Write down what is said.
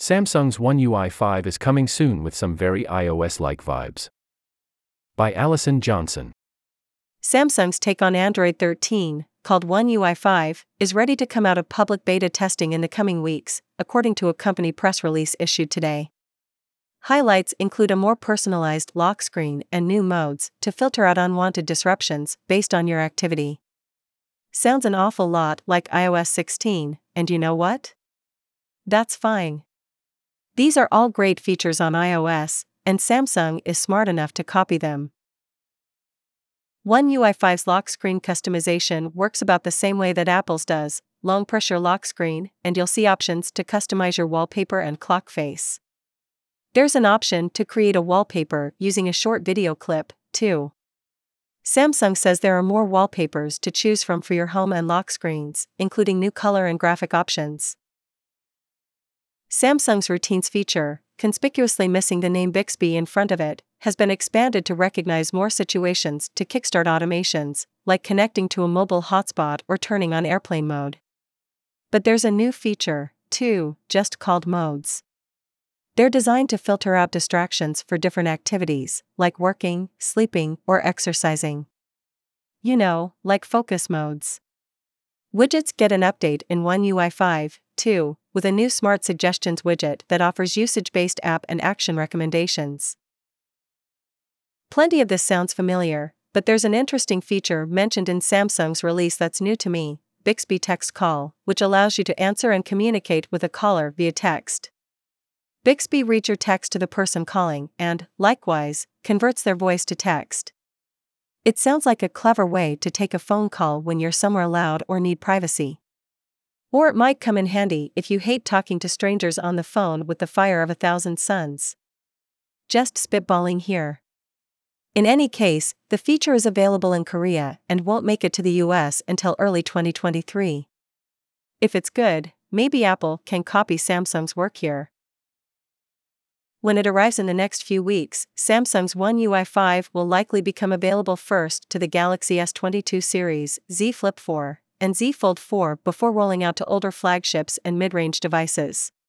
Samsung's One UI 5 is coming soon with some very iOS-like vibes. By Allison Johnson. Samsung's take on Android 13, called One UI 5, is ready to come out of public beta testing in the coming weeks, according to a company press release issued today. Highlights include a more personalized lock screen and new modes to filter out unwanted disruptions based on your activity. Sounds an awful lot like iOS 16, and you know what? That's fine. These are all great features on iOS, and Samsung is smart enough to copy them. One UI 5's lock screen customization works about the same way that Apple's does: long press your lock screen, and you'll see options to customize your wallpaper and clock face. There's an option to create a wallpaper using a short video clip, too. Samsung says there are more wallpapers to choose from for your home and lock screens, including new color and graphic options. Samsung's Routines feature, conspicuously missing the name Bixby in front of it, has been expanded to recognize more situations to kickstart automations, like connecting to a mobile hotspot or turning on airplane mode. But there's a new feature, too, just called Modes. They're designed to filter out distractions for different activities, like working, sleeping, or exercising. You know, like focus modes. Widgets get an update in One UI 5, too, with a new Smart Suggestions widget that offers usage-based app and action recommendations. Plenty of this sounds familiar, but there's an interesting feature mentioned in Samsung's release that's new to me: Bixby Text Call, which allows you to answer and communicate with a caller via text. Bixby reads your text to the person calling and, likewise, converts their voice to text. It sounds like a clever way to take a phone call when you're somewhere loud or need privacy. Or it might come in handy if you hate talking to strangers on the phone with the fire of 1,000 suns. Just spitballing here. In any case, the feature is available in Korea and won't make it to the US until early 2023. If it's good, maybe Apple can copy Samsung's work here. When it arrives in the next few weeks, Samsung's One UI 5 will likely become available first to the Galaxy S22 series, Z Flip 4, and Z Fold 4 before rolling out to older flagships and mid-range devices.